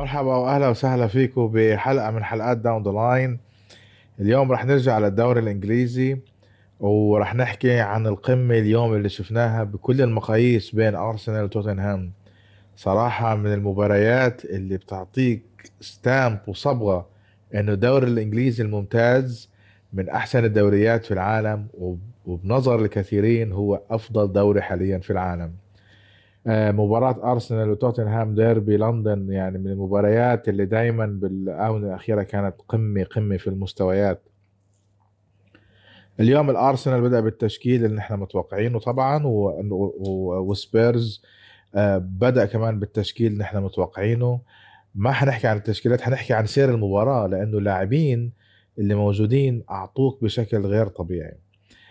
مرحبا واهلا وسهلا فيكم بحلقه من حلقات داون ذا لاين. اليوم رح نرجع للدوري الانجليزي ورح نحكي عن القمه اليوم اللي شفناها بكل المقاييس بين ارسنال وتوتنهام. صراحه من المباريات اللي بتعطيك ستامب وصبغه انه الدوري الانجليزي الممتاز من احسن الدوريات في العالم، وبنظر الكثيرين هو افضل دوري حاليا في العالم. مباراة أرسنال وتوتنهام ديربي لندن يعني من المباريات اللي دايما بالآونة الأخيرة كانت قمة في المستويات. اليوم الأرسنال بدأ بالتشكيل اللي نحن متوقعينه طبعا، وسبيرز بدأ كمان بالتشكيل اللي نحن متوقعينه. ما حنحكي عن التشكيلات، حنحكي عن سير المباراة، لأنه اللاعبين اللي موجودين أعطوك بشكل غير طبيعي.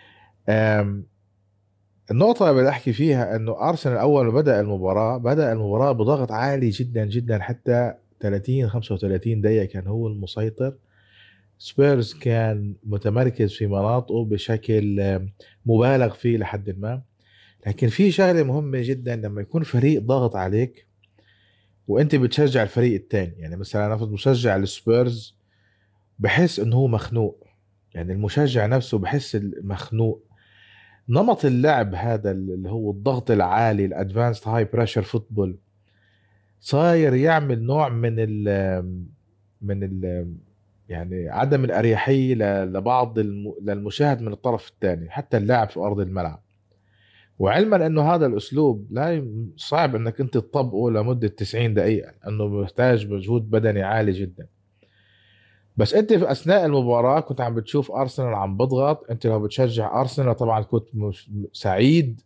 النقطة اللي بدي أحكي فيها إنه أرسنال أول ما بدأ المباراة بضغط عالي جدا جدا، حتى 30 35 دقيقة كان هو المسيطر. سبيرز كان متمركز في مناطقه بشكل مبالغ فيه لحد ما. لكن في شغلة مهمة جدا لما يكون فريق ضاغط عليك وأنت بتشجع الفريق التاني، يعني مثلا نفرض مشجع السبيرز بحس إنه هو مخنوق، يعني المشجع نفسه بحس مخنوق. نمط اللعب هذا اللي هو الضغط العالي، الادفانسد هاي بريشر فوتبول، صاير يعمل نوع من ال يعني عدم الاريحيه لبعض للمشاهد من الطرف الثاني، حتى اللاعب في ارض الملعب. وعلما انه هذا الاسلوب صعب انك انت تطبقه لمده 90 دقيقه، انه محتاج مجهود بدني عالي جدا. بس انت في اثناء المباراه كنت عم بتشوف ارسنال عم بضغط. انت لو بتشجع ارسنال طبعا كنت سعيد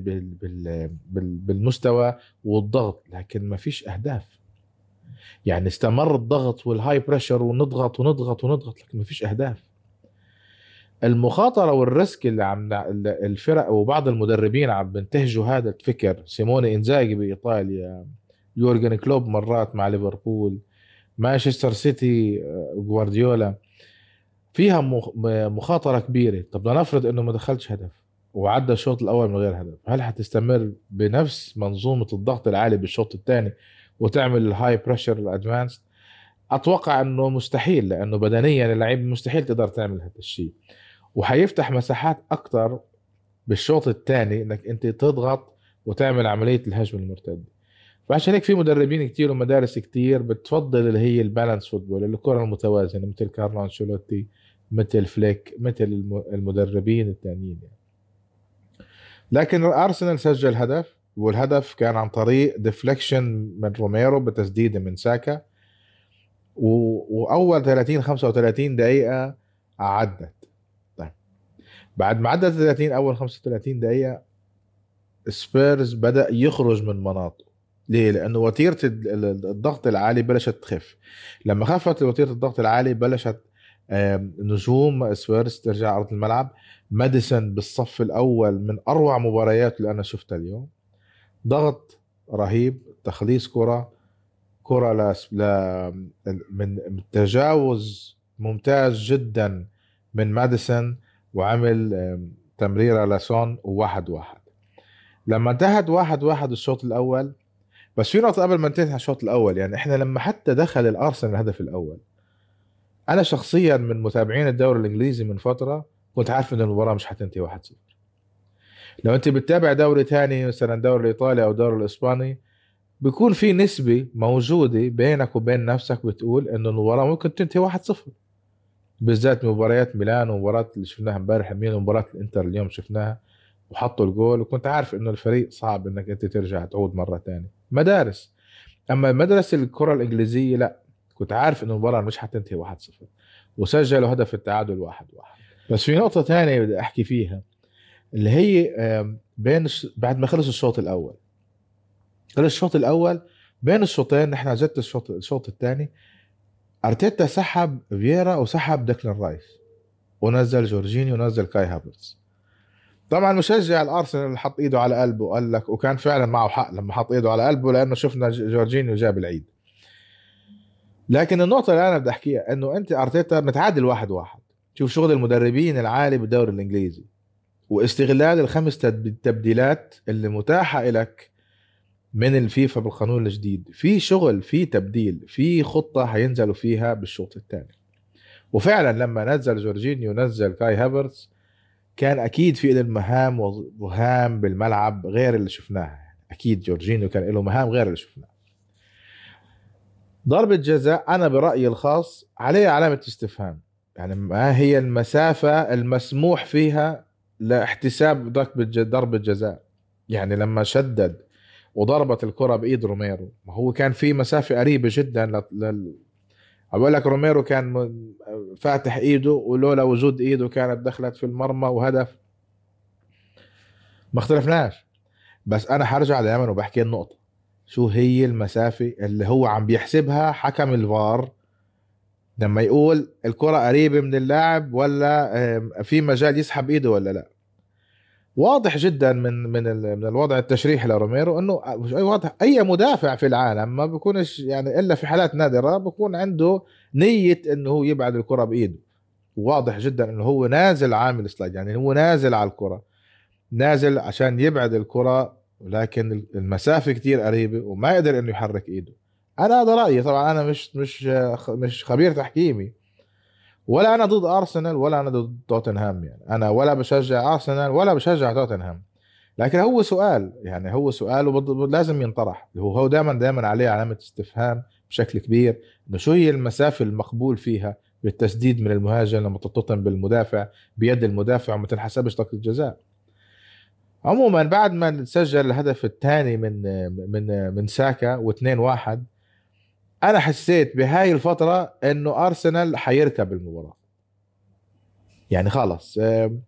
بالمستوى والضغط، لكن ما فيش اهداف. يعني استمر الضغط والهاي بريشر ونضغط ونضغط ونضغط، لكن ما فيش اهداف. المخاطره والريسك اللي الفرق وبعض المدربين عم بينتهجوا هذا الفكر. سيموني انزاجي بايطاليا، يورجن كلوب مرات مع ليفربول، مانشستر سيتي جوارديولا، فيها مخاطرة كبيرة. طب لنفرض انه ما دخلش هدف وعدى الشوط الاول من غير هدف، هل حتستمر بنفس منظومة الضغط العالي بالشوط الثاني وتعمل الهاي بريشر الادفانس؟ اتوقع انه مستحيل، لانه بدنيا اللعيب مستحيل تقدر تعمل هذا الشيء. وحيفتح مساحات اكتر بالشوط الثاني انك انت تضغط وتعمل عملية الهجمة المرتدة. فعشان هيك في مدربين كتير ومدارس كتير بتفضل اللي هي البالانس فوتبول، الكرة المتوازنة، مثل كارلو انشيلوتي، مثل فليك، مثل المدربين التانيين يعني. لكن الارسنال سجل هدف، والهدف كان عن طريق ديفليكشن من روميرو بتسديده من ساكا. واول 30 35 دقيقة عدت. طيب بعد ما عدت 30 اول 35 دقيقة سبيرز بدأ يخرج من مناطقه. ليه؟ لأنه وتيرة الضغط العالي بلشت تخف. لما خفت وتيرة الضغط العالي بلشت نجوم سبيرز ترجع أرض الملعب. ماديسون بالصف الأول من أروع مباريات اللي أنا شفتها اليوم. ضغط رهيب، تخليص كرة من تجاوز ممتاز جدا من ماديسون، وعمل تمريرة لسون وواحد واحد. لما انتهت 1-1 الشوط الاول، بس في نقطة قبل ما انتهي الشوط الاول، يعني احنا لما حتى دخل الارسنال الهدف الاول، انا شخصيا من متابعين الدوري الانجليزي من فترة كنت عارف ان المباراة مش حتنتهي 1-0. لو انت بتتابع دوري تاني مثلا الدوري الايطالي او الدوري الاسباني، بيكون في نسبة موجودة بينك وبين نفسك بتقول انه المباراة ممكن تنتهي 1-0، بالذات مباريات ميلان ومباراة اللي شفناها امبارح، مباراة الانتر اليوم شفناها وحطوا الجول، وكنت عارف انه الفريق صعب انك انت ترجع تعود مرة تانية مدارس. اما مدرسة الكرة الانجليزية لا، كنت عارف انه المباراة مش حتنتهي 1-0، وسجلوا هدف التعادل 1-1. بس في نقطة تانية بدي احكي فيها، اللي هي بعد ما خلص الشوط الاول، بين الشوطين نحن جت الشوط الثاني، ارتيتا سحب فييرا وسحب ديكلان رايس ونزل جورجينيو ونزل كاي هافرتز. طبعا مشجع الارسنال اللي حط ايده على قلبه وقال لك، وكان فعلا معه حق لما حط ايده على قلبه، لانه شفنا جورجينيو جاب العيد. لكن النقطه اللي انا بدي احكيها انه انت ارتيتا متعادل 1-1. شوف شغل المدربين العالي بالدوري الانجليزي، واستغلال الخمس تبديلات اللي متاحه لك من الفيفا بالقانون الجديد، في شغل، في تبديل، في خطة هينزلوا فيها بالشوط الثاني. وفعلا لما نزل جورجينيو نزل كاي هافرتز، كان اكيد في له مهام وهام بالملعب غير اللي شفناها. اكيد جورجينيو كان له مهام غير اللي شفناها. ضربة جزاء انا برأيي الخاص عليه علامة استفهام، يعني ما هي المسافة المسموح فيها لاحتساب ضربة جزاء؟ يعني لما شدد وضربت الكرة بإيد روميرو، ما هو كان في مسافة قريبة جدا أقول لك روميرو كان فاتح إيده، ولولا وجود إيده كانت دخلت في المرمى وهدف، ما اختلفناش. بس أنا حرجع دائما وبحكي النقطة، شو هي المسافة اللي هو عم بيحسبها حكم الفار لما يقول الكرة قريبة من اللاعب ولا في مجال يسحب إيده ولا لا؟ واضح جدا من الوضع التشريحي لروميرو انه مش اي واضح، اي مدافع في العالم ما بيكونش يعني الا في حالات نادره بيكون عنده نيه انه هو يبعد الكره بايده. واضح جدا انه هو نازل عامل سلايد، يعني هو نازل على الكره، نازل عشان يبعد الكره، لكن المسافه كتير قريبه وما يقدر انه يحرك ايده. انا هذا رايي طبعا، انا مش خبير تحكيمي، ولا انا ضد ارسنال ولا انا ضد توتنهام، يعني انا ولا بشجع ارسنال ولا بشجع توتنهام. لكن هو سؤال، يعني هو سؤال لازم ينطرح، هو دائما عليه علامة استفهام بشكل كبير، انه شو هي المسافة المقبول فيها بالتسديد من المهاجم لما تتصل بالمدافع بيد المدافع وما تنحسبش ضربة الجزاء. عموما بعد ما سجل الهدف الثاني من ساكا و2-1، انا حسيت بهاي الفترة انه ارسنال حيركب المباراة، يعني خلص.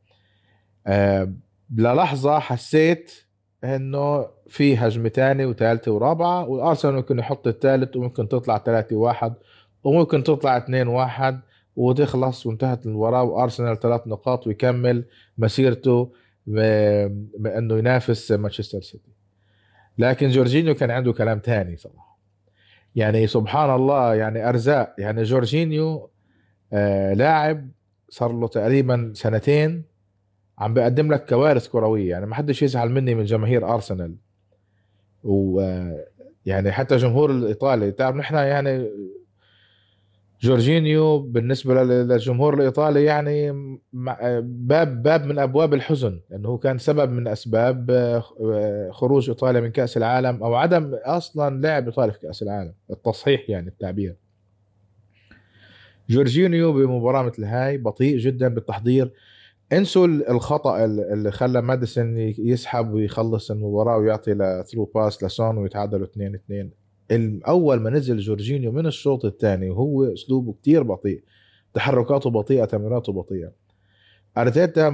للحظة حسيت انه في هجمة تانية وثالثة ورابعة، والارسنال ممكن يحط الثالث وممكن تطلع 3-1 وممكن تطلع 2-1 وتخلص وانتهت المباراة، وارسنال 3 نقاط ويكمل مسيرته بانه ينافس مانشستر سيتي. لكن جورجينيو كان عنده كلام تاني صراحة، يعني سبحان الله، يعني ارزاق. يعني جورجينيو لاعب صار له تقريبا سنتين عم بقدم لك كوارث كرويه، يعني ما حدش يزعل مني من جماهير ارسنال، ويعني حتى جمهور الايطالي تعرف نحن يعني جورجينيو بالنسبه للجمهور الايطالي يعني باب من ابواب الحزن، لانه هو كان سبب من اسباب خروج ايطاليا من كاس العالم، او عدم اصلا لعب ايطاليا في كاس العالم، التصحيح يعني التعبير. جورجينيو بمباراه مثل هاي بطيء جدا بالتحضير. انسوا الخطأ اللي خلى ماديسون يسحب ويخلص المباراة ويعطي ثرو باس لسون ويتعادلوا 2-2. اول ما نزل جورجينيو من الشوط الثاني وهو اسلوبه كتير بطيء، تحركاته بطيئة، تمريراته بطيئة. ارتيتا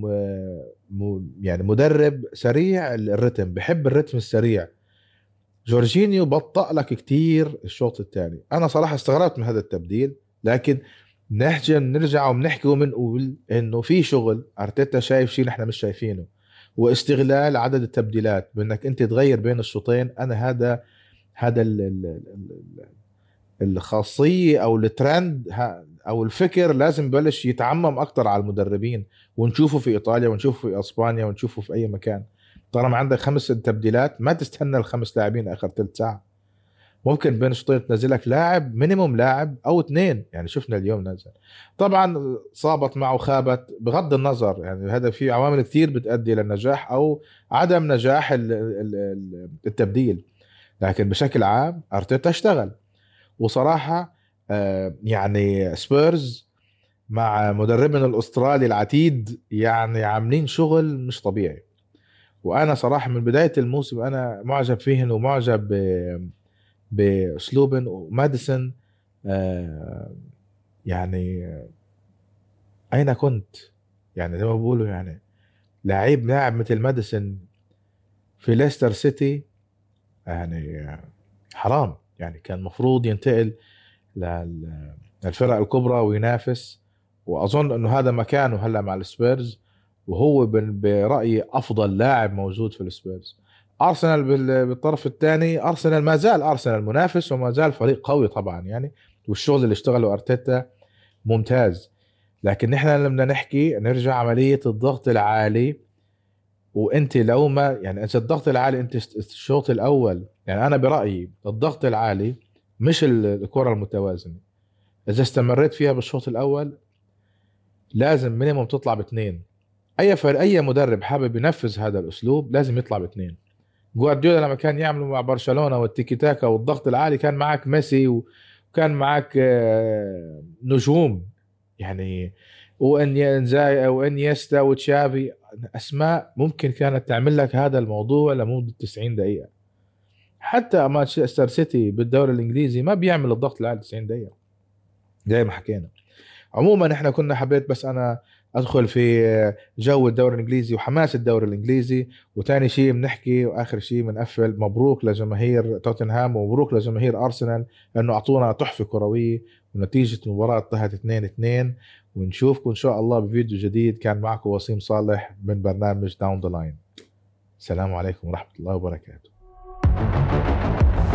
يعني مدرب سريع الرتم، بحب الرتم السريع. جورجينيو بطأ لك كتير الشوط الثاني. انا صراحة استغربت من هذا التبديل، لكن نحجي نرجع وبنحكي وبنقول انه في شغل، ارتيتا شايف شيء نحن مش شايفينه، واستغلال عدد التبديلات بانك انت تغير بين الشوطين. انا هذا الخاصية او الترند او الفكر لازم يبلش يتعمم اكتر على المدربين، ونشوفه في ايطاليا ونشوفه في اسبانيا ونشوفه في اي مكان. طالما عندك 5 تبديلات ما تستنى ال5 لاعبين اخر ثلث ساعة، ممكن بين شوطين تنزلك لاعب مينيموم، لاعب او 2. يعني شفنا اليوم نزل، طبعا صابت معه خابت بغض النظر، يعني هذا في عوامل كثير بتؤدي للنجاح او عدم نجاح التبديل. لكن بشكل عام ارتيتا اشتغل، وصراحة يعني سبيرز مع مدربنا الاسترالي العتيد يعني عاملين شغل مش طبيعي. وانا صراحة من بداية الموسم انا معجب فيهن ومعجب باسلوبن وماديسون. يعني اين كنت، يعني زي ما بقولوا يعني لاعب مثل ماديسون في ليستر سيتي، يعني حرام. يعني كان مفروض ينتقل للفرق الكبرى وينافس، واظن انه هذا مكانه هلا مع السبيرز، وهو برأيي افضل لاعب موجود في السبيرز. ارسنال بالطرف الثاني، ارسنال ما زال ارسنال منافس وما زال فريق قوي طبعا يعني، والشغل اللي اشتغله ارتيتا ممتاز. لكن نحن لما نحكي نرجع عملية الضغط العالي وانت لو ما يعني اذا الضغط العالي انت الشوط الاول، يعني انا برايي الضغط العالي مش الكره المتوازنه، اذا استمريت فيها بالشوط الاول لازم مينيموم تطلع باثنين. اي فرق، اي مدرب حابب ينفذ هذا الاسلوب لازم يطلع باثنين. جوارديولا لما كان يعمله مع برشلونه والتيكي تاكا والضغط العالي كان معك ميسي وكان معك نجوم يعني، وانيزاي وانيستا وتشافي، اسماء ممكن كانت تعمل لك هذا الموضوع لمده 90 دقيقه. حتى مانشستر سيتي بالدوري الانجليزي ما بيعمل الضغط العالي 90 دقيقه زي ما حكينا. عموما احنا كنا حبيت بس انا ادخل في جو الدوري الانجليزي وحماس الدوري الانجليزي، وتاني شيء بنحكي واخر شيء بنقفل مبروك لجماهير توتنهام ومبروك لجماهير ارسنال انه اعطونا تحفة كروية، ونتيجة المباراة انتهت 2-2. ونشوفكم ان شاء الله بفيديو جديد. كان معكم وسيم صالح من برنامج داون ذا لاين. السلام عليكم ورحمة الله وبركاته.